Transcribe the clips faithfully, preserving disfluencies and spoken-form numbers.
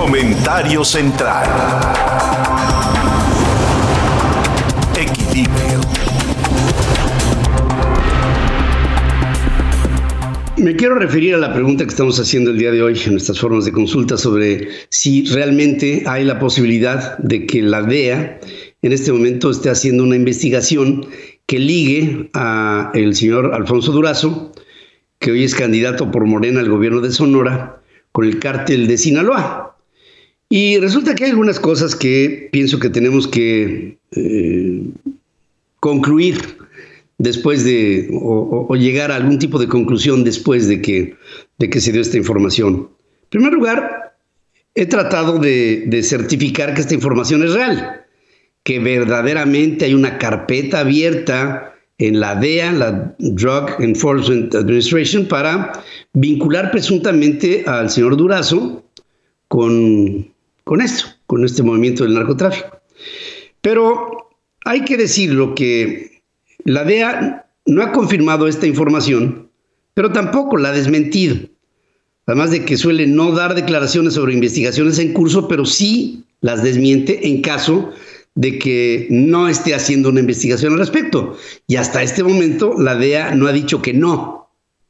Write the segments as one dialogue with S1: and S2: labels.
S1: Comentario central. Equilibrio.
S2: Me quiero referir a la pregunta que estamos haciendo el día de hoy en nuestras formas de consulta sobre si realmente hay la posibilidad de que la D E A en este momento esté haciendo una investigación que ligue a el señor Alfonso Durazo, que hoy es candidato por Morena al gobierno de Sonora, con el cártel de Sinaloa. Y resulta que hay algunas cosas que pienso que tenemos que eh, concluir después de, o, o llegar a algún tipo de conclusión después de que, de que se dio esta información. En primer lugar, he tratado de, de certificar que esta información es real, que verdaderamente hay una carpeta abierta en la D E A, la Drug Enforcement Administration, para vincular presuntamente al señor Durazo con, con esto, con este movimiento del narcotráfico. Pero hay que decirlo que la D E A no ha confirmado esta información, pero tampoco la ha desmentido. Además de que suele no dar declaraciones sobre investigaciones en curso, pero sí las desmiente en caso de que no esté haciendo una investigación al respecto. Y hasta este momento la D E A no ha dicho que no.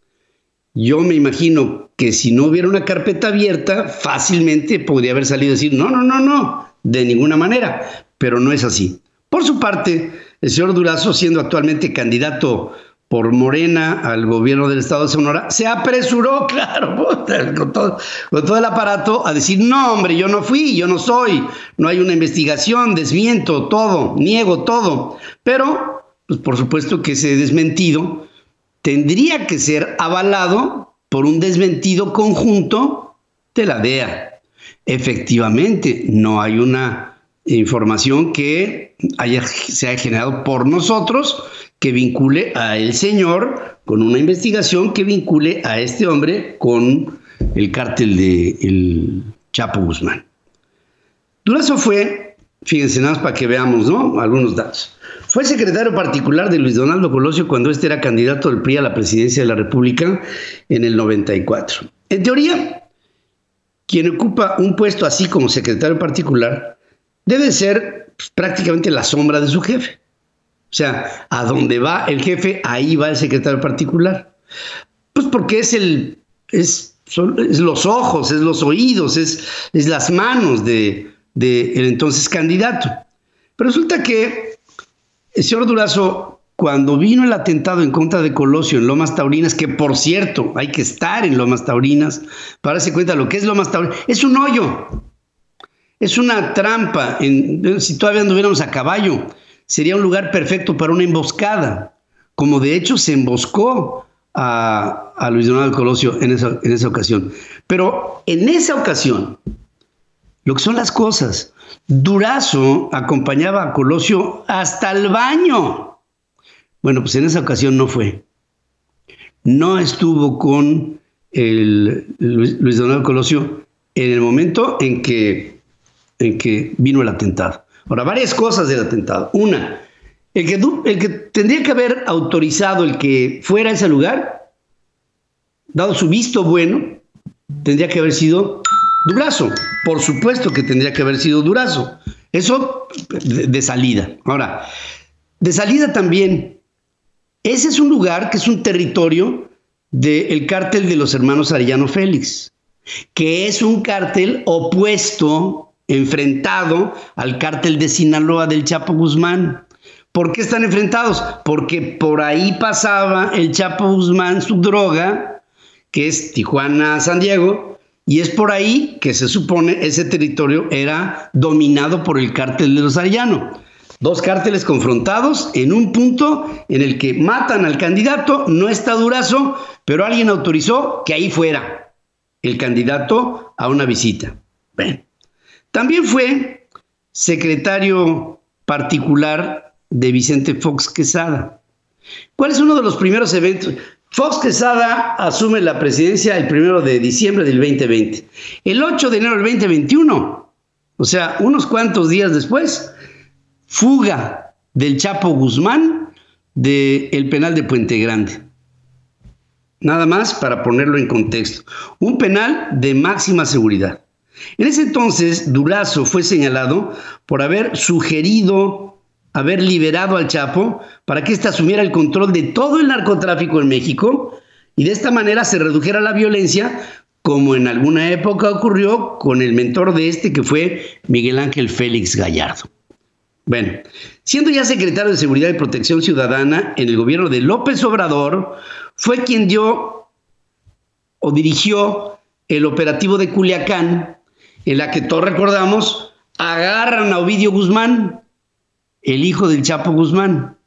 S2: Yo me imagino que si no hubiera una carpeta abierta, fácilmente podría haber salido a decir no, no, no, no, de ninguna manera, pero no es así. Por su parte, el señor Durazo, siendo actualmente candidato por Morena al gobierno del estado de Sonora, se apresuró, claro, con todo, con todo el aparato, a decir, no, hombre, yo no fui, yo no soy, no hay una investigación, desmiento todo, niego todo. Pero, pues por supuesto que ese desmentido tendría que ser avalado por un desmentido conjunto de la D E A. Efectivamente, no hay una información que haya, se haya generado por nosotros que vincule a el señor con una investigación que vincule a este hombre con el cártel de el Chapo Guzmán. Durazo fue, fíjense nada más para que veamos, ¿no?, algunos datos. Fue secretario particular de Luis Donaldo Colosio cuando este era candidato del P R I a la presidencia de la República en el noventa y cuatro. En teoría, quien ocupa un puesto así como secretario particular debe ser pues, prácticamente la sombra de su jefe. O sea, a donde va el jefe, ahí va el secretario particular. Pues porque es el, es, son, es los ojos, es los oídos, es, es las manos de, de el entonces candidato. Pero resulta que el señor Durazo, cuando vino el atentado en contra de Colosio en Lomas Taurinas, que por cierto, hay que estar en Lomas Taurinas para darse cuenta de lo que es Lomas Taurinas, es un hoyo. Es una trampa. En, si todavía anduviéramos a caballo, sería un lugar perfecto para una emboscada, como de hecho se emboscó a, a Luis Donaldo Colosio en esa, en esa ocasión. Pero en esa ocasión, lo que son las cosas, Durazo acompañaba a Colosio hasta el baño. Bueno, pues en esa ocasión no fue. No estuvo con el Luis, Luis Donaldo Colosio en el momento en que en que vino el atentado. Ahora, varias cosas del atentado. Una, el que, el que tendría que haber autorizado el que fuera a ese lugar, dado su visto bueno, tendría que haber sido Durazo. Por supuesto que tendría que haber sido Durazo. Eso de, de salida. Ahora, de salida también, ese es un lugar que es un territorio del cártel de los hermanos Arellano Félix, que es un cártel opuesto, enfrentado al cártel de Sinaloa del Chapo Guzmán. ¿Por qué están enfrentados? Porque por ahí pasaba el Chapo Guzmán su droga, que es Tijuana-San Diego, y es por ahí que se supone ese territorio era dominado por el cártel de los Arellano. Dos cárteles confrontados en un punto en el que matan al candidato, no está Durazo, pero alguien autorizó que ahí fuera el candidato a una visita. Bueno. También fue secretario particular de Vicente Fox Quesada. ¿Cuál es uno de los primeros eventos? Fox Quesada asume la presidencia el primero de diciembre del veinte veinte. El ocho de enero del veinte veintiuno, o sea, unos cuantos días después, fuga del Chapo Guzmán del penal de Puente Grande. Nada más para ponerlo en contexto. Un penal de máxima seguridad. En ese entonces, Durazo fue señalado por haber sugerido, haber liberado al Chapo para que éste asumiera el control de todo el narcotráfico en México y de esta manera se redujera la violencia, como en alguna época ocurrió con el mentor de este, que fue Miguel Ángel Félix Gallardo. Bueno, siendo ya secretario de Seguridad y Protección Ciudadana en el gobierno de López Obrador, fue quien dio o dirigió el operativo de Culiacán, en la que todos recordamos, agarran a Ovidio Guzmán, el hijo del Chapo Guzmán,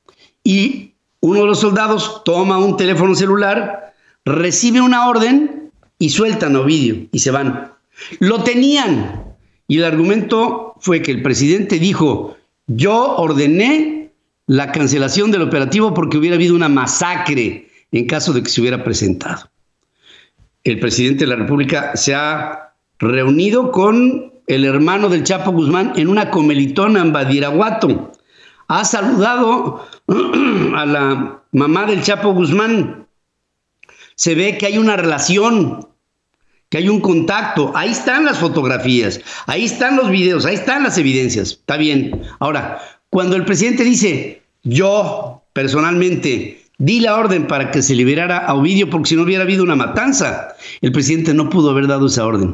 S2: y uno de los soldados toma un teléfono celular, recibe una orden y sueltan a Ovidio y se van. Lo tenían, y el argumento fue que el presidente dijo: yo ordené la cancelación del operativo porque hubiera habido una masacre en caso de que se hubiera presentado. El presidente de la República se ha reunido con el hermano del Chapo Guzmán en una comelitona en Badiraguato. Ha saludado a la mamá del Chapo Guzmán. Se ve que hay una relación, que hay un contacto. Ahí están las fotografías, ahí están los videos, ahí están las evidencias. Está bien. Ahora, cuando el presidente dice: yo personalmente di la orden para que se liberara a Ovidio porque si no hubiera habido una matanza, el presidente no pudo haber dado esa orden,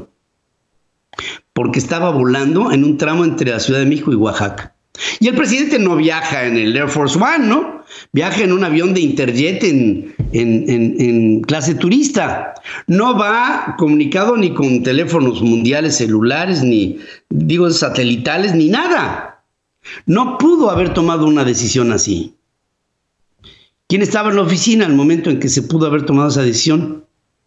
S2: porque estaba volando en un tramo entre la Ciudad de México y Oaxaca. Y el presidente no viaja en el Air Force One, ¿no? Viaja en un avión de Interjet en, en, en, en clase turista. No va comunicado ni con teléfonos mundiales celulares, ni, digo, satelitales, ni nada. No pudo haber tomado una decisión así. ¿Quién estaba en la oficina al momento en que se pudo haber tomado esa decisión?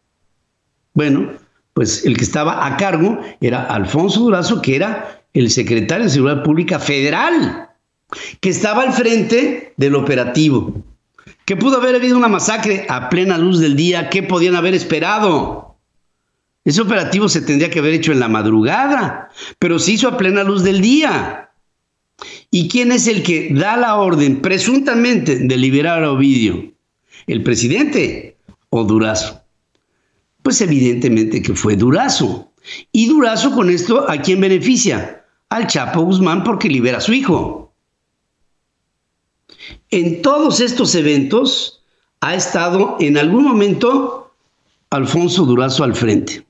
S2: Bueno, pues el que estaba a cargo era Alfonso Durazo, que era el secretario de Seguridad Pública Federal, que estaba al frente del operativo. Que pudo haber habido una masacre a plena luz del día. ¿Qué podían haber esperado? Ese operativo se tendría que haber hecho en la madrugada, pero se hizo a plena luz del día. ¿Y quién es el que da la orden, presuntamente, de liberar a Ovidio? ¿El presidente o Durazo? Pues evidentemente que fue Durazo. Y Durazo con esto, ¿a quién beneficia? Al Chapo Guzmán, porque libera a su hijo. En todos estos eventos ha estado en algún momento Alfonso Durazo al frente.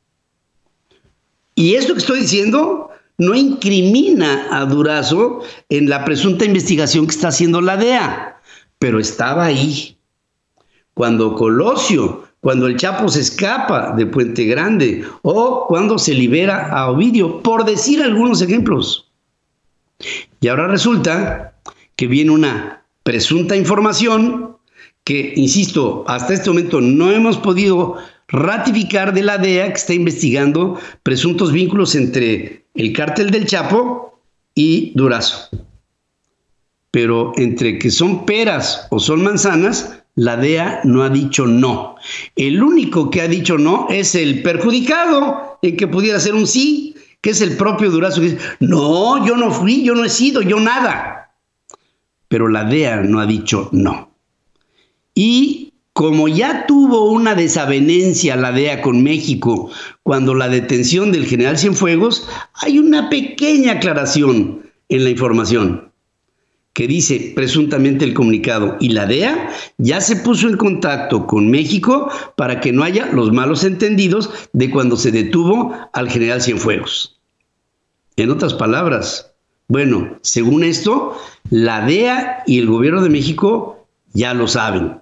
S2: Y esto que estoy diciendo no incrimina a Durazo en la presunta investigación que está haciendo la D E A, pero estaba ahí. Cuando Colosio, cuando el Chapo se escapa de Puente Grande o cuando se libera a Ovidio, por decir algunos ejemplos. Y ahora resulta que viene una presunta información que, insisto, hasta este momento no hemos podido ratificar de la D E A, que está investigando presuntos vínculos entre el cártel del Chapo y Durazo. Pero entre que son peras o son manzanas, la D E A no ha dicho no. El único que ha dicho no es el perjudicado en que pudiera ser un sí, que es el propio Durazo, que dice: no, yo no fui, yo no he sido, yo nada. Pero la D E A no ha dicho no. Y como ya tuvo una desavenencia la D E A con México cuando la detención del general Cienfuegos, hay una pequeña aclaración en la información que dice presuntamente el comunicado, y la D E A ya se puso en contacto con México para que no haya los malos entendidos de cuando se detuvo al general Cienfuegos. En otras palabras, bueno, según esto, la D E A y el gobierno de México ya lo saben.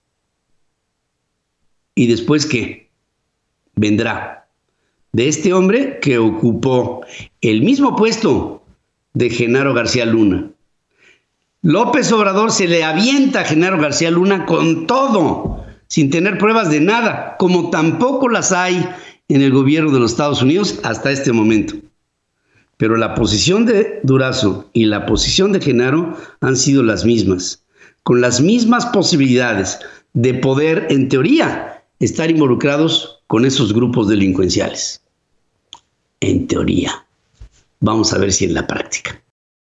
S2: ¿Y después qué? Vendrá de este hombre que ocupó el mismo puesto de Genaro García Luna. López Obrador se le avienta a Genaro García Luna con todo, sin tener pruebas de nada, como tampoco las hay en el gobierno de los Estados Unidos hasta este momento. Pero la posición de Durazo y la posición de Genaro han sido las mismas, con las mismas posibilidades de poder, en teoría, estar involucrados con esos grupos delincuenciales. En teoría. Vamos a ver si en la práctica.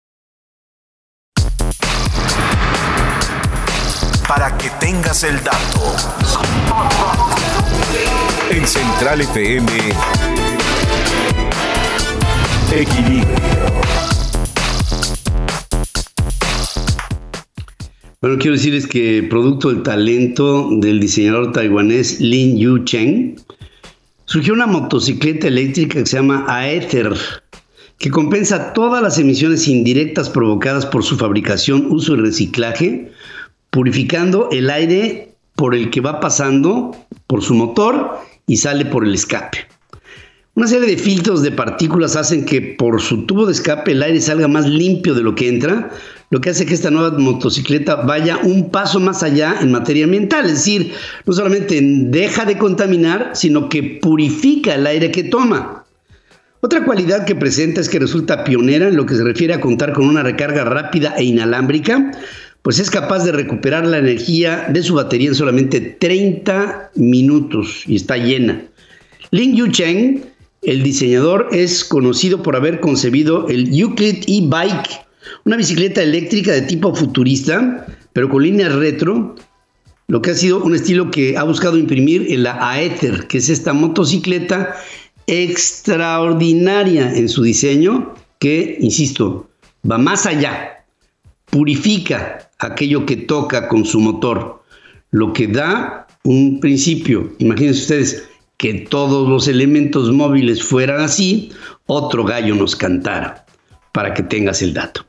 S1: Para que tengas el dato. En Central F M. Equilibrio.
S2: Bueno, quiero decirles que producto del talento del diseñador taiwanés Lin Yu Cheng, surgió una motocicleta eléctrica que se llama Aether, que compensa todas las emisiones indirectas provocadas por su fabricación, uso y reciclaje, purificando el aire por el que va pasando por su motor y sale por el escape. Una serie de filtros de partículas hacen que por su tubo de escape el aire salga más limpio de lo que entra, lo que hace que esta nueva motocicleta vaya un paso más allá en materia ambiental. Es decir, no solamente deja de contaminar, sino que purifica el aire que toma. Otra cualidad que presenta es que resulta pionera en lo que se refiere a contar con una recarga rápida e inalámbrica, pues es capaz de recuperar la energía de su batería en solamente treinta minutos y está llena. Lin Yu Cheng, el diseñador, es conocido por haber concebido el Euclid e-Bike, una bicicleta eléctrica de tipo futurista, pero con líneas retro, lo que ha sido un estilo que ha buscado imprimir en la Aether, que es esta motocicleta extraordinaria en su diseño, que, insisto, va más allá, purifica aquello que toca con su motor, lo que da un principio. Imagínense ustedes que todos los elementos móviles fueran así, otro gallo nos cantara, para que tengas el dato.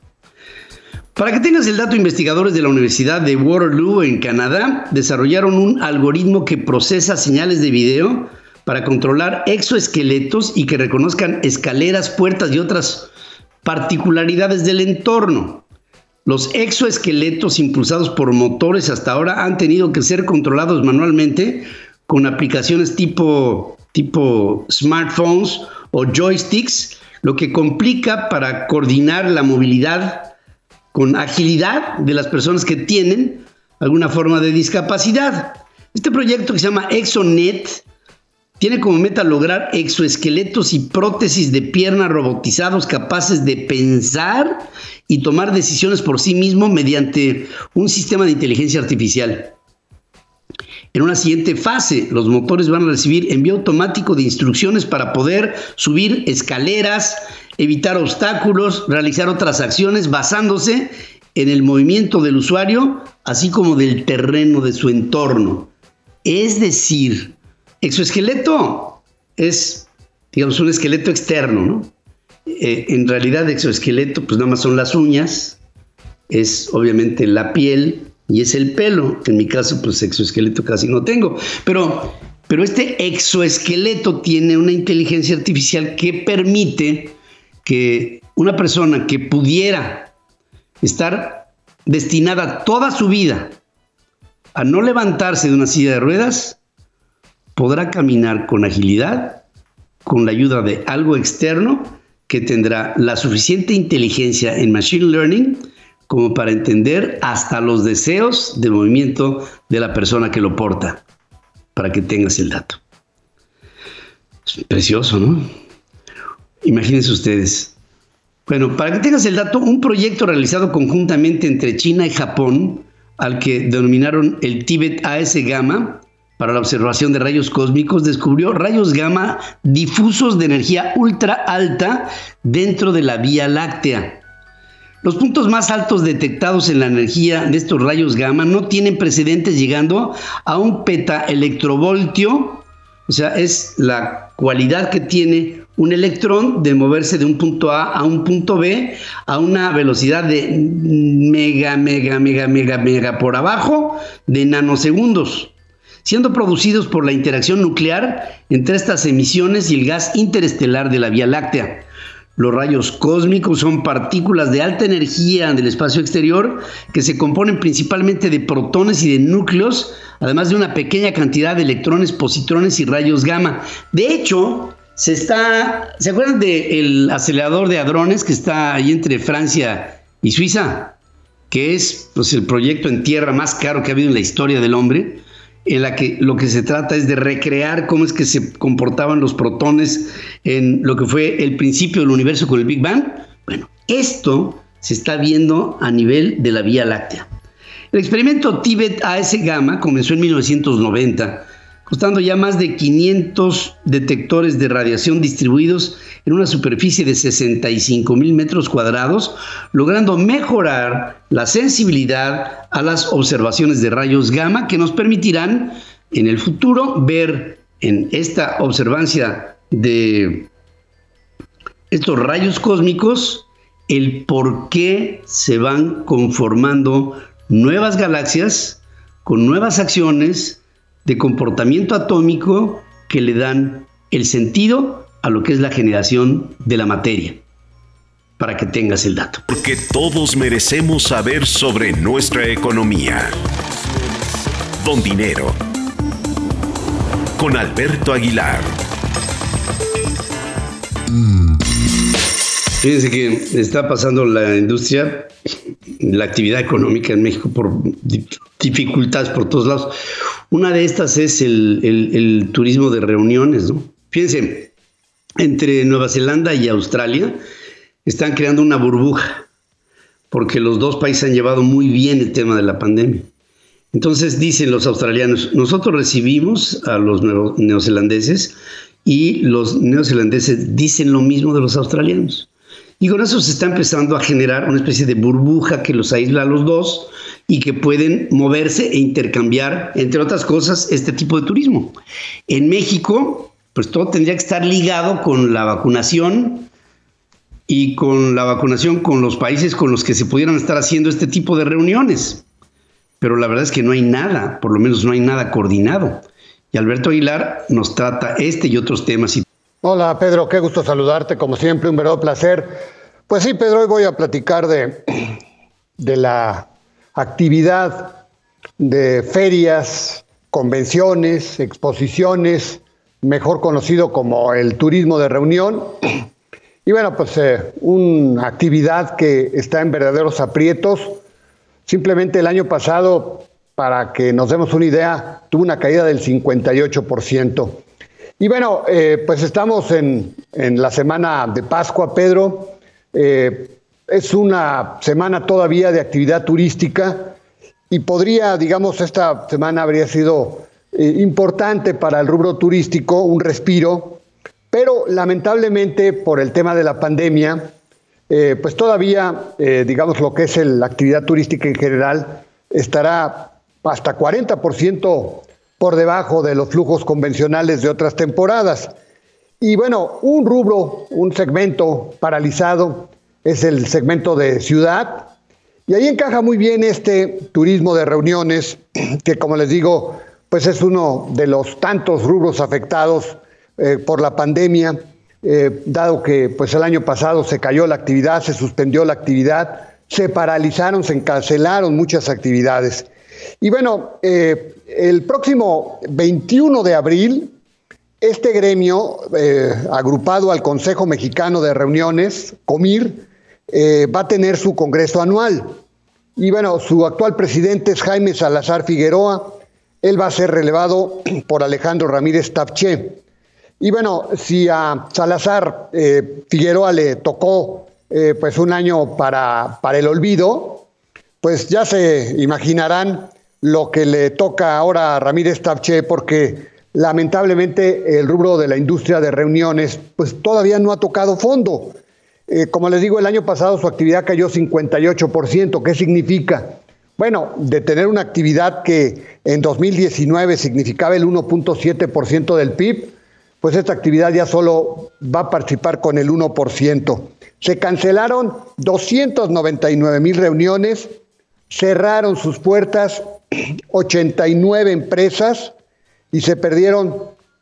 S2: Para que tengas el dato, investigadores de la Universidad de Waterloo en Canadá desarrollaron un algoritmo que procesa señales de video para controlar exoesqueletos y que reconozcan escaleras, puertas y otras particularidades del entorno. Los exoesqueletos impulsados por motores hasta ahora han tenido que ser controlados manualmente con aplicaciones tipo, tipo smartphones o joysticks, lo que complica para coordinar la movilidad con agilidad de las personas que tienen alguna forma de discapacidad. Este proyecto, que se llama ExoNet, tiene como meta lograr exoesqueletos y prótesis de pierna robotizados capaces de pensar y tomar decisiones por sí mismos mediante un sistema de inteligencia artificial. En una siguiente fase, los motores van a recibir envío automático de instrucciones para poder subir escaleras, evitar obstáculos, realizar otras acciones basándose en el movimiento del usuario, así como del terreno de su entorno. Es decir, exoesqueleto es, digamos, un esqueleto externo, ¿no? Eh, en realidad, exoesqueleto, pues nada más son las uñas, es obviamente la piel y es el pelo. En mi caso, pues exoesqueleto casi no tengo. Pero, pero este exoesqueleto tiene una inteligencia artificial que permite que una persona que pudiera estar destinada toda su vida a no levantarse de una silla de ruedas, podrá caminar con agilidad, con la ayuda de algo externo que tendrá la suficiente inteligencia en Machine Learning como para entender hasta los deseos de movimiento de la persona que lo porta, para que tengas el dato. Es precioso, ¿no? Imagínense ustedes. Bueno, para que tengas el dato, un proyecto realizado conjuntamente entre China y Japón, al que denominaron el Tibet A S Gamma, para la observación de rayos cósmicos, descubrió rayos gamma difusos de energía ultra alta dentro de la Vía Láctea. Los puntos más altos detectados en la energía de estos rayos gamma no tienen precedentes, llegando a un petaelectrovoltio, o sea, es la cualidad que tiene un electrón de moverse de un punto A a un punto B a una velocidad de mega, mega, mega, mega, mega por abajo de nanosegundos, siendo producidos por la interacción nuclear entre estas emisiones y el gas interestelar de la Vía Láctea. Los rayos cósmicos son partículas de alta energía del espacio exterior que se componen principalmente de protones y de núcleos, además de una pequeña cantidad de electrones, positrones y rayos gamma. De hecho, se está, ¿se acuerdan del acelerador de hadrones que está ahí entre Francia y Suiza? Que es, pues, el proyecto en tierra más caro que ha habido en la historia del hombre, en la que lo que se trata es de recrear cómo es que se comportaban los protones en lo que fue el principio del universo con el Big Bang. Bueno, esto se está viendo a nivel de la Vía Láctea. El experimento Tibet A S Gamma comenzó en mil novecientos noventa costando ya más de quinientos detectores de radiación distribuidos en una superficie de sesenta y cinco mil metros cuadrados, logrando mejorar la sensibilidad a las observaciones de rayos gamma que nos permitirán en el futuro ver en esta observancia de estos rayos cósmicos el por qué se van conformando nuevas galaxias con nuevas acciones de comportamiento atómico que le dan el sentido a lo que es la generación de la materia, para que tengas el dato.
S1: Porque todos merecemos saber sobre nuestra economía. Don Dinero, con Alberto Aguilar.
S2: Fíjense que está pasando la industria, la actividad económica en México por dificultades por todos lados. Una de estas es el, el, el turismo de reuniones, ¿no? Fíjense, entre Nueva Zelanda y Australia están creando una burbuja, porque los dos países han llevado muy bien el tema de la pandemia. Entonces dicen los australianos, nosotros recibimos a los neozelandeses y los neozelandeses dicen lo mismo de los australianos. Y con eso se está empezando a generar una especie de burbuja que los aísla a los dos y que pueden moverse e intercambiar, entre otras cosas, este tipo de turismo. En México, pues todo tendría que estar ligado con la vacunación y con la vacunación con los países con los que se pudieran estar haciendo este tipo de reuniones. Pero la verdad es que no hay nada, por lo menos no hay nada coordinado. Y Alberto Aguilar nos trata este y otros temas.
S3: Hola Pedro, qué gusto saludarte, como siempre, un verdadero placer. Pues sí, Pedro, hoy voy a platicar de, de la actividad de ferias, convenciones, exposiciones, mejor conocido como el turismo de reunión. Y bueno, pues eh, una actividad que está en verdaderos aprietos. Simplemente el año pasado, para que nos demos una idea, tuvo una caída del cincuenta y ocho por ciento. Y bueno, eh, pues estamos en, en la semana de Pascua, Pedro. Eh, es una semana todavía de actividad turística y podría, digamos, esta semana habría sido eh, importante para el rubro turístico, un respiro, pero lamentablemente por el tema de la pandemia, eh, pues todavía, eh, digamos, lo que es el, la actividad turística en general estará hasta cuarenta por ciento por debajo de los flujos convencionales de otras temporadas. Y bueno, un rubro, un segmento paralizado es el segmento de ciudad, y ahí encaja muy bien este turismo de reuniones, que como les digo, pues es uno de los tantos rubros afectados eh, por la pandemia, eh, dado que pues el año pasado se cayó la actividad, se suspendió la actividad, se paralizaron, se cancelaron muchas actividades. Y bueno, eh, el próximo veintiuno de abril, este gremio, eh, agrupado al Consejo Mexicano de Reuniones, COMIR, eh, va a tener su congreso anual. Y bueno, su actual presidente es Jaime Salazar Figueroa. Él va a ser relevado por Alejandro Ramírez Tapché. Y bueno, si a Salazar eh, Figueroa le tocó eh, pues un año para, para el olvido, pues ya se imaginarán lo que le toca ahora a Ramírez Tapché, porque lamentablemente el rubro de la industria de reuniones pues todavía no ha tocado fondo. Eh, como les digo, el año pasado su actividad cayó cincuenta y ocho por ciento. ¿Qué significa? Bueno, de tener una actividad que en dos mil diecinueve significaba el uno punto siete por ciento del P I B, pues esta actividad ya solo va a participar con el uno por ciento. Se cancelaron doscientas noventa y nueve mil reuniones, cerraron sus puertas ochenta y nueve empresas y se perdieron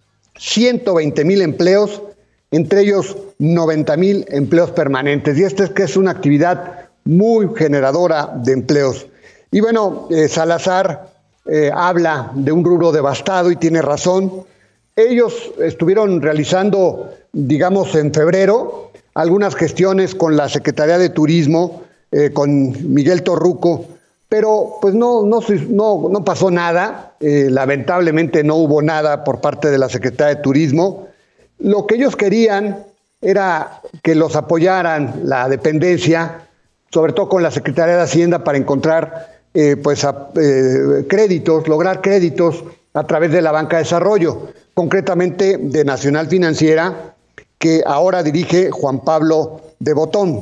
S3: ciento veinte mil empleos, entre ellos noventa mil empleos permanentes. Y esta es que es una actividad muy generadora de empleos. Y bueno, eh, Salazar eh, habla de un rubro devastado y tiene razón. Ellos estuvieron realizando, digamos, en febrero, algunas gestiones con la Secretaría de Turismo, eh, con Miguel Torruco, pero pues no, no, no, no pasó nada. Eh, lamentablemente no hubo nada por parte de la Secretaría de Turismo. Lo que ellos querían era que los apoyaran la dependencia, sobre todo con la Secretaría de Hacienda, para encontrar eh, pues, a, eh, créditos, lograr créditos a través de la banca de desarrollo, concretamente de Nacional Financiera, que ahora dirige Juan Pablo de Botón.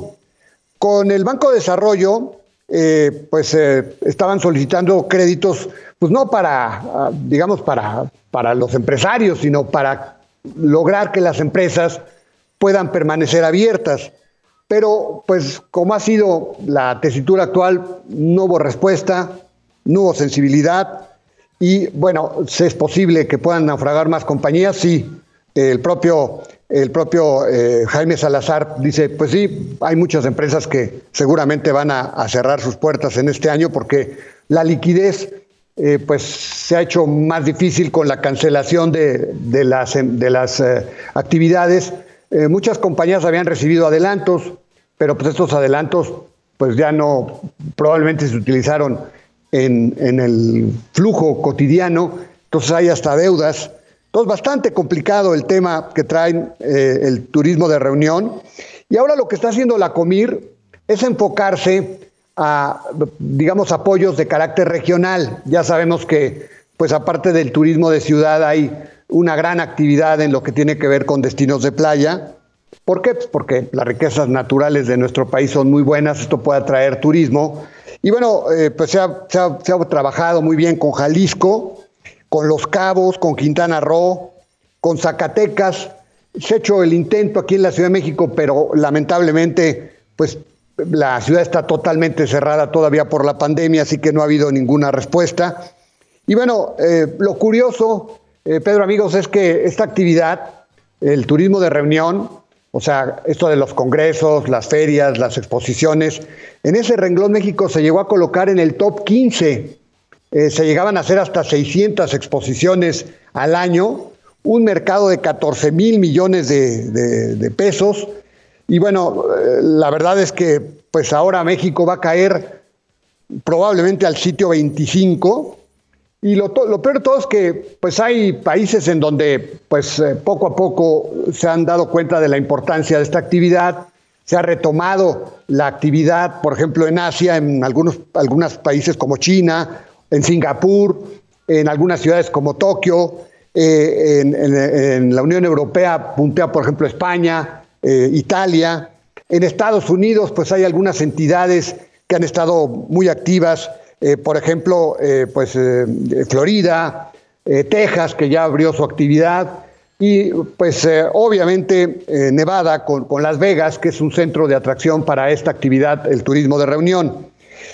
S3: Con el Banco de Desarrollo, eh, pues eh, estaban solicitando créditos, pues no para, digamos, para, para los empresarios, sino para lograr que las empresas puedan permanecer abiertas. Pero, pues, como ha sido la tesitura actual, no hubo respuesta, no hubo sensibilidad y, bueno, si es posible que puedan naufragar más compañías, sí. El propio, el propio eh, Jaime Salazar dice, pues sí, hay muchas empresas que seguramente van a, a cerrar sus puertas en este año porque la liquidez eh, pues se ha hecho más difícil con la cancelación de, de las, de las eh, actividades. Eh, muchas compañías habían recibido adelantos, pero pues estos adelantos pues ya no, probablemente se utilizaron en, en el flujo cotidiano, entonces hay hasta deudas. Entonces, bastante complicado el tema que traen eh, el turismo de reunión. Y ahora lo que está haciendo la Comir es enfocarse a, digamos, apoyos de carácter regional. Ya sabemos que, pues aparte del turismo de ciudad, hay una gran actividad en lo que tiene que ver con destinos de playa. ¿Por qué? Pues porque las riquezas naturales de nuestro país son muy buenas, esto puede atraer turismo. Y bueno, eh, pues se ha, se, ha, se ha trabajado muy bien con Jalisco, con Los Cabos, con Quintana Roo, con Zacatecas. Se ha hecho el intento aquí en la Ciudad de México, pero lamentablemente pues la ciudad está totalmente cerrada todavía por la pandemia, así que no ha habido ninguna respuesta. Y bueno, eh, lo curioso, eh, Pedro, amigos, es que esta actividad, el turismo de reunión, o sea, esto de los congresos, las ferias, las exposiciones, en ese renglón México se llegó a colocar en el top quince. Eh, se llegaban a hacer hasta seiscientas exposiciones al año, un mercado de catorce mil millones de, de, de pesos. Y bueno, eh, la verdad es que pues ahora México va a caer probablemente al sitio veinticinco. Y lo, lo peor de todo es que pues hay países en donde pues eh, poco a poco se han dado cuenta de la importancia de esta actividad. Se ha retomado la actividad, por ejemplo, en Asia, en algunos, algunos países como China, en Singapur, en algunas ciudades como Tokio, eh, en, en, en la Unión Europea puntea, por ejemplo, España, eh, Italia. En Estados Unidos, pues hay algunas entidades que han estado muy activas, eh, por ejemplo, eh, pues eh, Florida, eh, Texas, que ya abrió su actividad, y pues eh, obviamente eh, Nevada con, con Las Vegas, que es un centro de atracción para esta actividad, el turismo de reunión.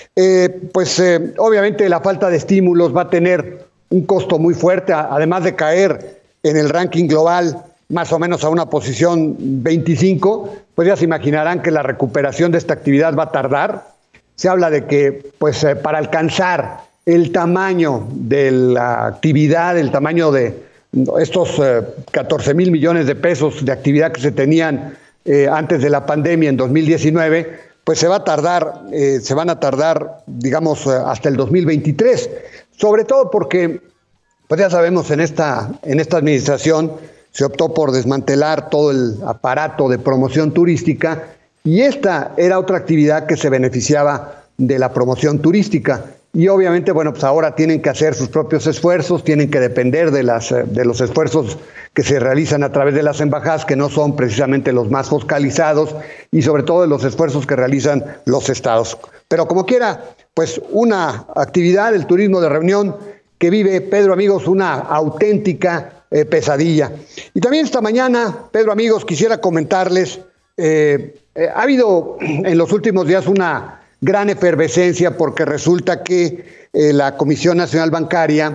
S3: Eh, pues eh, obviamente la falta de estímulos va a tener un costo muy fuerte, además de caer en el ranking global más o menos a una posición veinticinco, pues ya se imaginarán que la recuperación de esta actividad va a tardar. Se habla de que pues eh, para alcanzar el tamaño de la actividad, el tamaño de estos eh, catorce mil millones de pesos de actividad que se tenían eh, antes de la pandemia en dos mil diecinueve, pues se va a tardar, eh, se van a tardar, digamos, hasta el dos mil veintitrés, sobre todo porque, pues ya sabemos, en esta, en esta administración se optó por desmantelar todo el aparato de promoción turística y esta era otra actividad que se beneficiaba de la promoción turística. Y obviamente, bueno, pues ahora tienen que hacer sus propios esfuerzos, tienen que depender de, las, de los esfuerzos que se realizan a través de las embajadas, que no son precisamente los más focalizados, y sobre todo de los esfuerzos que realizan los estados. Pero como quiera, pues una actividad, el turismo de reunión, que vive, Pedro, amigos, una auténtica eh, pesadilla. Y también esta mañana, Pedro, amigos, quisiera comentarles, eh, eh, ha habido en los últimos días una gran efervescencia porque resulta que eh, la Comisión Nacional Bancaria,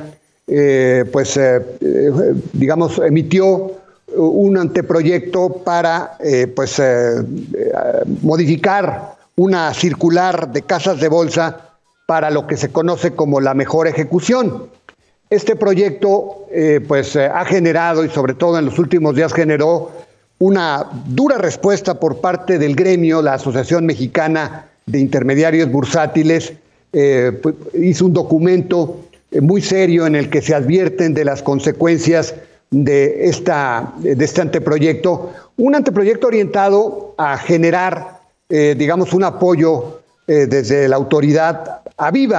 S3: eh, pues, eh, eh, digamos, emitió un anteproyecto para, eh, pues, eh, eh, modificar una circular de casas de bolsa para lo que se conoce como la mejor ejecución. Este proyecto, eh, pues, eh, ha generado, y sobre todo en los últimos días generó, una dura respuesta por parte del gremio, la Asociación Mexicana de Intermediarios Bursátiles. Eh, pues, hizo un documento eh, muy serio en el que se advierten de las consecuencias de, esta, de este anteproyecto, un anteproyecto orientado a generar, eh, digamos, un apoyo eh, desde la autoridad a Viva,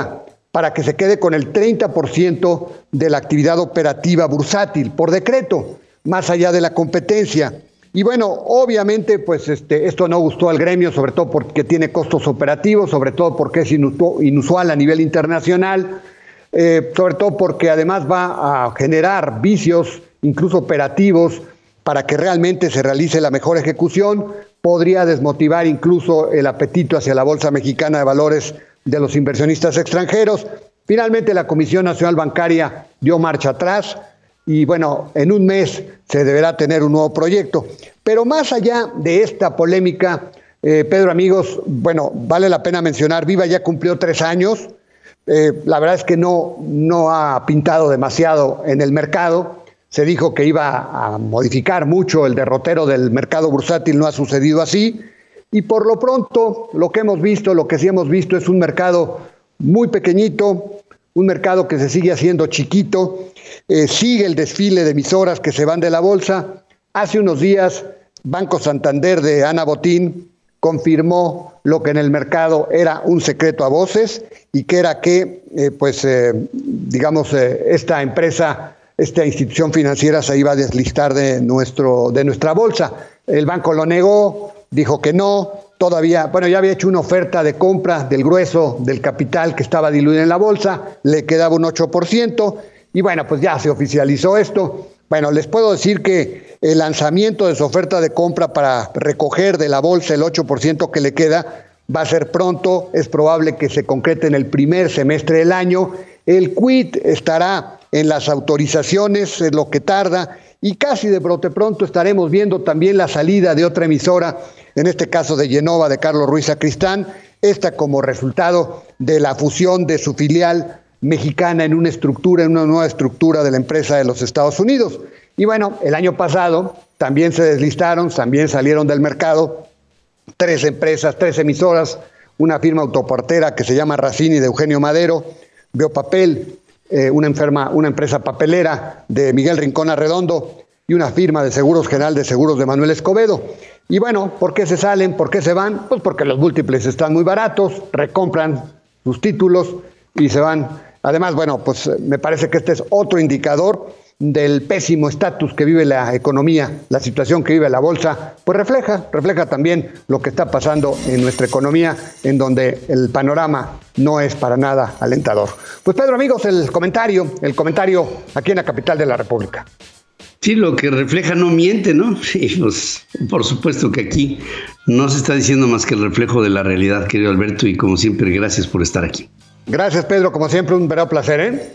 S3: para que se quede con el treinta por ciento de la actividad operativa bursátil, por decreto, más allá de la competencia. Y bueno, obviamente, pues este, esto no gustó al gremio, sobre todo porque tiene costos operativos, sobre todo porque es inusual a nivel internacional, eh, sobre todo porque además va a generar vicios, incluso operativos, para que realmente se realice la mejor ejecución. Podría desmotivar incluso el apetito hacia la Bolsa Mexicana de Valores de los inversionistas extranjeros. Finalmente, la Comisión Nacional Bancaria dio marcha atrás y bueno, en un mes se deberá tener un nuevo proyecto. Pero más allá de esta polémica, eh, Pedro, amigos, bueno, vale la pena mencionar, Viva ya cumplió tres años. Eh, la verdad es que no, no ha pintado demasiado en el mercado. Se dijo que iba a modificar mucho el derrotero del mercado bursátil, no ha sucedido así. Y por lo pronto, lo que hemos visto, lo que sí hemos visto es un mercado muy pequeñito, un mercado que se sigue haciendo chiquito, eh, sigue el desfile de emisoras que se van de la bolsa. Hace unos días, Banco Santander de Ana Botín confirmó lo que en el mercado era un secreto a voces y que era que, eh, pues, eh, digamos, eh, esta empresa, esta institución financiera se iba a deslistar de, nuestro, de nuestra bolsa. El banco lo negó, dijo que no, todavía, bueno, ya había hecho una oferta de compra del grueso del capital que estaba diluido en la bolsa, le quedaba un ocho por ciento, y bueno, pues ya se oficializó esto. Bueno, les puedo decir que el lanzamiento de su oferta de compra para recoger de la bolsa el ocho por ciento que le queda va a ser pronto, es probable que se concrete en el primer semestre del año. El quit estará en las autorizaciones, es lo que tarda, y casi de brote pronto estaremos viendo también la salida de otra emisora, en este caso de Yenova, de Carlos Ruiz Sacristán, esta como resultado de la fusión de su filial mexicana en una estructura, en una nueva estructura de la empresa de los Estados Unidos. Y bueno, el año pasado también se deslistaron, también salieron del mercado tres empresas, tres emisoras, una firma autoportera que se llama Racini de Eugenio Madero, Biopapel, eh, una, enferma, una empresa papelera de Miguel Rincón Arredondo y una firma de Seguros General de Seguros de Manuel Escobedo. Y bueno, ¿por qué se salen? ¿Por qué se van? Pues porque los múltiples están muy baratos, recompran sus títulos y se van. Además, bueno, pues me parece que este es otro indicador del pésimo estatus que vive la economía, la situación que vive la bolsa, pues refleja, refleja también lo que está pasando en nuestra economía, en donde el panorama no es para nada alentador. Pues Pedro, amigos, el comentario, el comentario aquí en la capital de la República.
S2: Sí, lo que refleja no miente, ¿no? Sí, pues por supuesto que aquí no se está diciendo más que el reflejo de la realidad, querido Alberto, y como siempre, gracias por estar aquí.
S3: Gracias, Pedro, como siempre, un verdadero placer, ¿eh?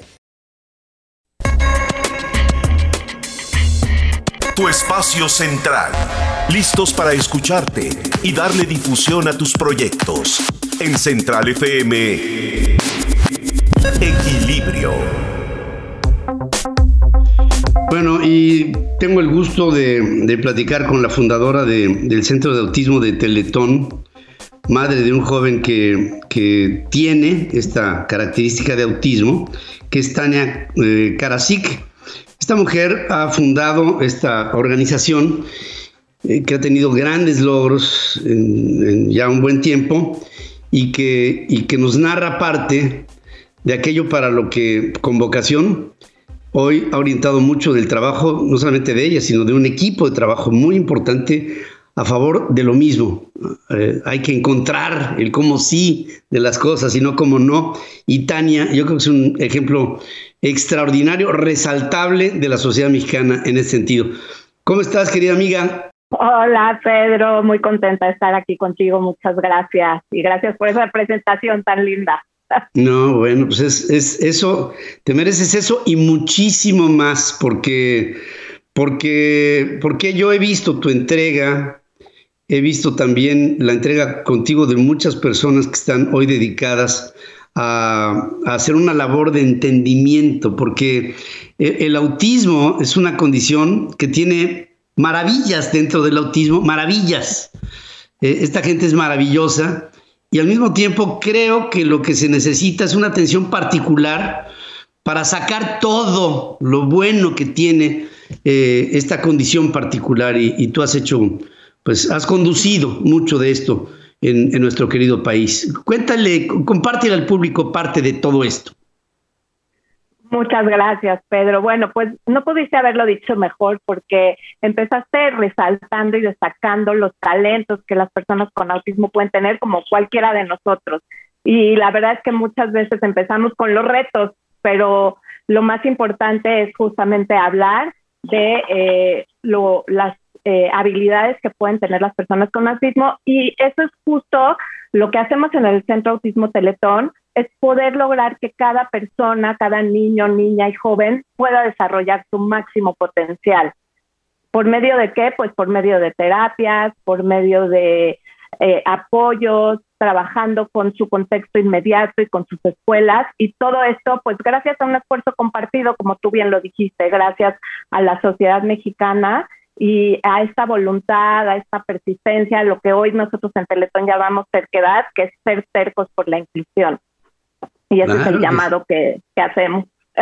S1: Tu espacio central, listos para escucharte y darle difusión a tus proyectos. En Central F M, Equilibrio.
S2: Bueno, y tengo el gusto de, de platicar con la fundadora de, del Centro de Autismo de Teletón, madre de un joven que, que tiene esta característica de autismo, que es Tania eh, Karasik. Esta mujer ha fundado esta organización eh, que ha tenido grandes logros en, en ya un buen tiempo y que, y que nos narra parte de aquello para lo que con vocación hoy ha orientado mucho del trabajo, no solamente de ella, sino de un equipo de trabajo muy importante a favor de lo mismo. Eh, hay que encontrar el cómo sí de las cosas y no cómo no. Y Tania, yo creo que es un ejemplo extraordinario, resaltable de la sociedad mexicana en ese sentido. ¿Cómo estás, querida amiga?
S4: Hola, Pedro, muy contenta de estar aquí contigo, muchas gracias. Y gracias por esa presentación tan linda.
S2: No, bueno, pues es, es eso, te mereces eso y muchísimo más, porque, porque, porque yo he visto tu entrega, he visto también la entrega contigo de muchas personas que están hoy dedicadas a, a hacer una labor de entendimiento, porque el, el autismo es una condición que tiene maravillas dentro del autismo, maravillas. Eh, esta gente es maravillosa. Y al mismo tiempo creo que lo que se necesita es una atención particular para sacar todo lo bueno que tiene eh, esta condición particular. Y, y tú has hecho, pues has conducido mucho de esto en, en nuestro querido país. Cuéntale, compártele al público parte de todo esto.
S4: Muchas gracias, Pedro. Bueno, pues no pudiste haberlo dicho mejor porque empezaste resaltando y destacando los talentos que las personas con autismo pueden tener como cualquiera de nosotros. Y la verdad es que muchas veces empezamos con los retos, pero lo más importante es justamente hablar de eh, lo, las eh, habilidades que pueden tener las personas con autismo, y eso es justo lo que hacemos en el Centro Autismo Teletón, es poder lograr que cada persona, cada niño, niña y joven pueda desarrollar su máximo potencial. ¿Por medio de qué? Pues por medio de terapias, por medio de eh, apoyos, trabajando con su contexto inmediato y con sus escuelas, y todo esto pues gracias a un esfuerzo compartido, como tú bien lo dijiste, gracias a la sociedad mexicana y a esta voluntad, a esta persistencia, lo que hoy nosotros en Teletón llamamos terquedad, que es ser tercos por la inclusión. Y ese claro, es el llamado que, que hacemos.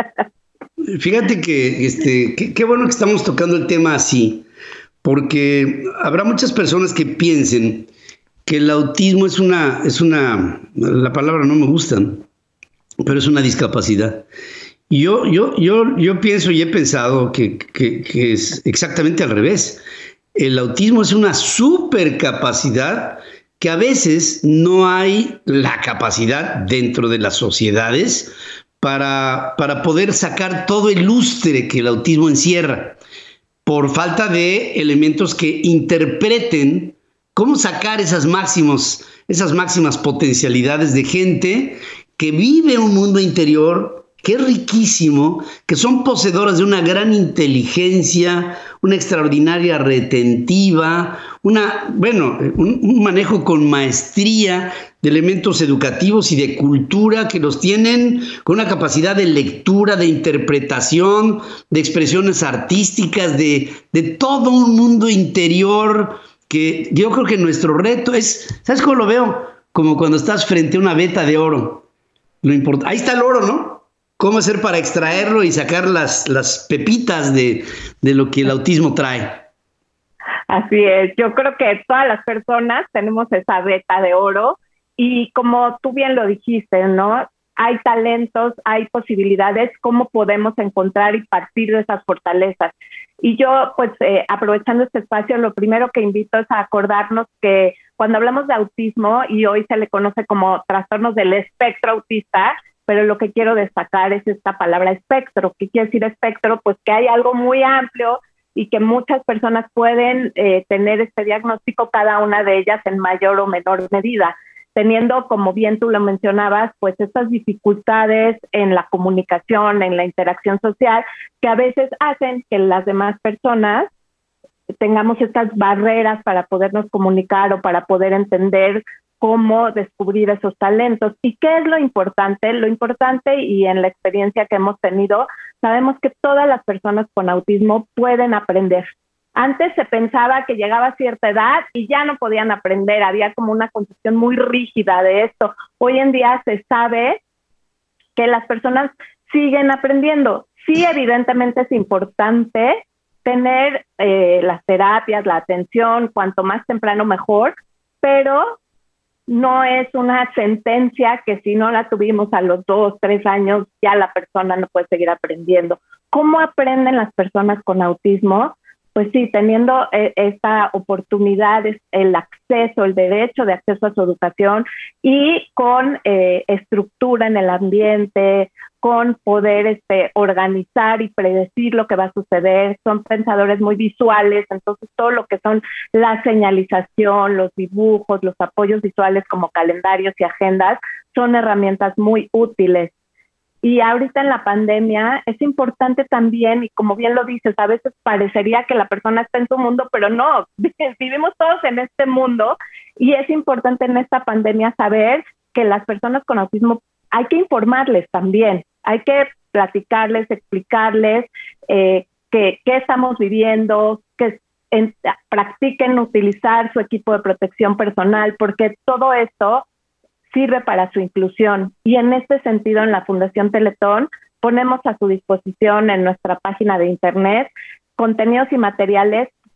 S2: Fíjate que este, qué, qué bueno que estamos tocando el tema así, porque habrá muchas personas que piensen que el autismo es una, es una, la palabra no me gusta, pero es una discapacidad. Y yo, yo, yo, yo pienso y he pensado que, que, que es exactamente al revés. El autismo es una supercapacidad que a veces no hay la capacidad dentro de las sociedades para, para poder sacar todo el lustre que el autismo encierra, por falta de elementos que interpreten cómo sacar esas máximos, esas máximas potencialidades de gente que vive un mundo interior que es riquísimo, que son poseedoras de una gran inteligencia, una extraordinaria retentiva, una, bueno, un, un manejo con maestría de elementos educativos y de cultura que los tienen con una capacidad de lectura, de interpretación, de expresiones artísticas, de, de todo un mundo interior que yo creo que nuestro reto es, ¿sabes cómo lo veo? Como cuando estás frente a una veta de oro. Lo import- Ahí está el oro, ¿no? ¿Cómo hacer para extraerlo y sacar las, las pepitas de, de lo que el autismo trae?
S4: Así es, yo creo que todas las personas tenemos esa veta de oro y como tú bien lo dijiste, ¿no? Hay talentos, hay posibilidades, ¿cómo podemos encontrar y partir de esas fortalezas? Y yo, pues, eh, aprovechando este espacio, lo primero que invito es a acordarnos que cuando hablamos de autismo, y hoy se le conoce como trastornos del espectro autista, pero lo que quiero destacar es esta palabra espectro. ¿Qué quiere decir espectro? Pues que hay algo muy amplio y que muchas personas pueden eh, tener este diagnóstico, cada una de ellas en mayor o menor medida, teniendo, como bien tú lo mencionabas, pues estas dificultades en la comunicación, en la interacción social, que a veces hacen que las demás personas tengamos estas barreras para podernos comunicar o para poder entender cómo descubrir esos talentos. ¿Y qué es lo importante? Lo importante, y en la experiencia que hemos tenido, sabemos que todas las personas con autismo pueden aprender. Antes se pensaba que llegaba a cierta edad y ya no podían aprender, había como una concepción muy rígida de esto. Hoy en día se sabe que las personas siguen aprendiendo. Sí, evidentemente es importante tener eh, las terapias, la atención, cuanto más temprano mejor, pero no es una sentencia que si no la tuvimos a los dos, tres años, ya la persona no puede seguir aprendiendo. ¿Cómo aprenden las personas con autismo? Pues sí, teniendo eh, esta oportunidad, el acceso, el derecho de acceso a su educación y con eh, estructura en el ambiente, con poder este, organizar y predecir lo que va a suceder. Son pensadores muy visuales, entonces todo lo que son la señalización, los dibujos, los apoyos visuales como calendarios y agendas son herramientas muy útiles. Y ahorita en la pandemia es importante también, y como bien lo dices, a veces parecería que la persona está en su mundo, pero no, vivimos todos en este mundo y es importante en esta pandemia saber que las personas con autismo hay que informarles también, hay que platicarles, explicarles eh, que, qué estamos viviendo, que en, practiquen utilizar su equipo de protección personal, porque todo esto sirve para su inclusión. Y en este sentido, en la Fundación Teletón, ponemos a su disposición en nuestra página de internet contenidos y materiales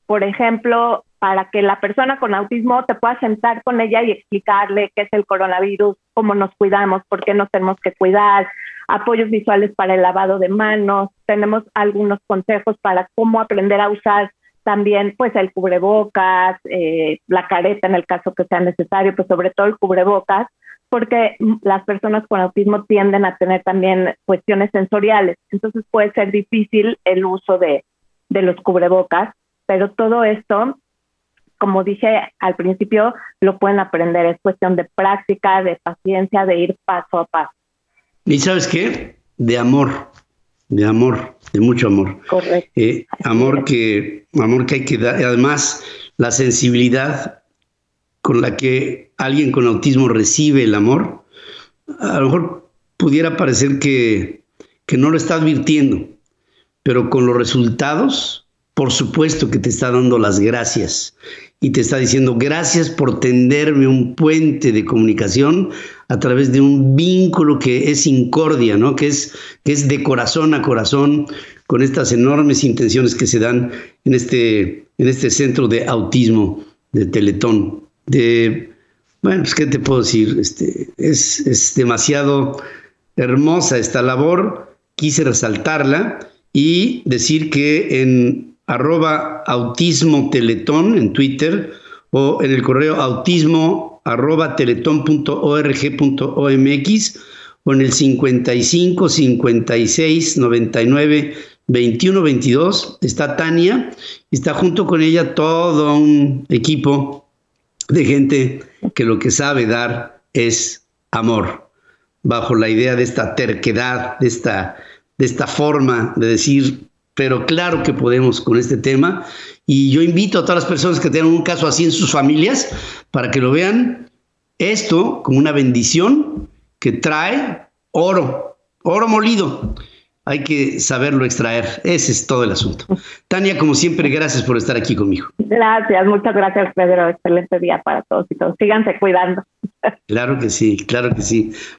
S4: por ejemplo, para que la persona con autismo te pueda sentar con ella y explicarle qué es el coronavirus, cómo nos cuidamos, por qué nos tenemos que cuidar, apoyos visuales para el lavado de manos, tenemos algunos consejos para cómo aprender a usar también pues el cubrebocas, eh, la careta en el caso que sea necesario, pues sobre todo el cubrebocas, porque las personas con autismo tienden a tener también cuestiones sensoriales, entonces puede ser difícil el uso de, de los cubrebocas, pero todo esto, como dije al principio, lo pueden aprender, es cuestión de práctica, de paciencia, de ir paso a paso.
S2: ¿Y sabes qué? De amor, de amor, de mucho amor.
S4: Correcto.
S2: Eh, amor, que, amor que hay que dar, además la sensibilidad con la que alguien con autismo recibe el amor, a lo mejor pudiera parecer que, que no lo está advirtiendo, pero con los resultados, por supuesto que te está dando las gracias y te está diciendo gracias por tenderme un puente de comunicación a través de un vínculo que es incordia, ¿no? Que es, que es de corazón a corazón, con estas enormes intenciones que se dan en este, en este centro de autismo de Teletón. De, bueno, pues, ¿qué te puedo decir? Este, es, es demasiado hermosa esta labor, quise resaltarla y decir que en arroba autismo teletón en Twitter o en el correo autismo arroba teletón punto org punto omx o en el cincuenta y cinco, cincuenta y seis, noventa y nueve, veintiuno, veintidós está Tania y está junto con ella todo un equipo de gente que lo que sabe dar es amor, bajo la idea de esta terquedad, de esta, de esta forma de decir, pero claro que podemos con este tema. Y yo invito a todas las personas que tengan un caso así en sus familias para que lo vean esto como una bendición que trae oro, oro molido. Hay que saberlo extraer. Ese es todo el asunto. Tania, como siempre, gracias por estar aquí conmigo.
S4: Gracias, muchas gracias, Pedro. Excelente día para todos y todos. Síganse cuidando.
S2: Claro que sí, claro que sí.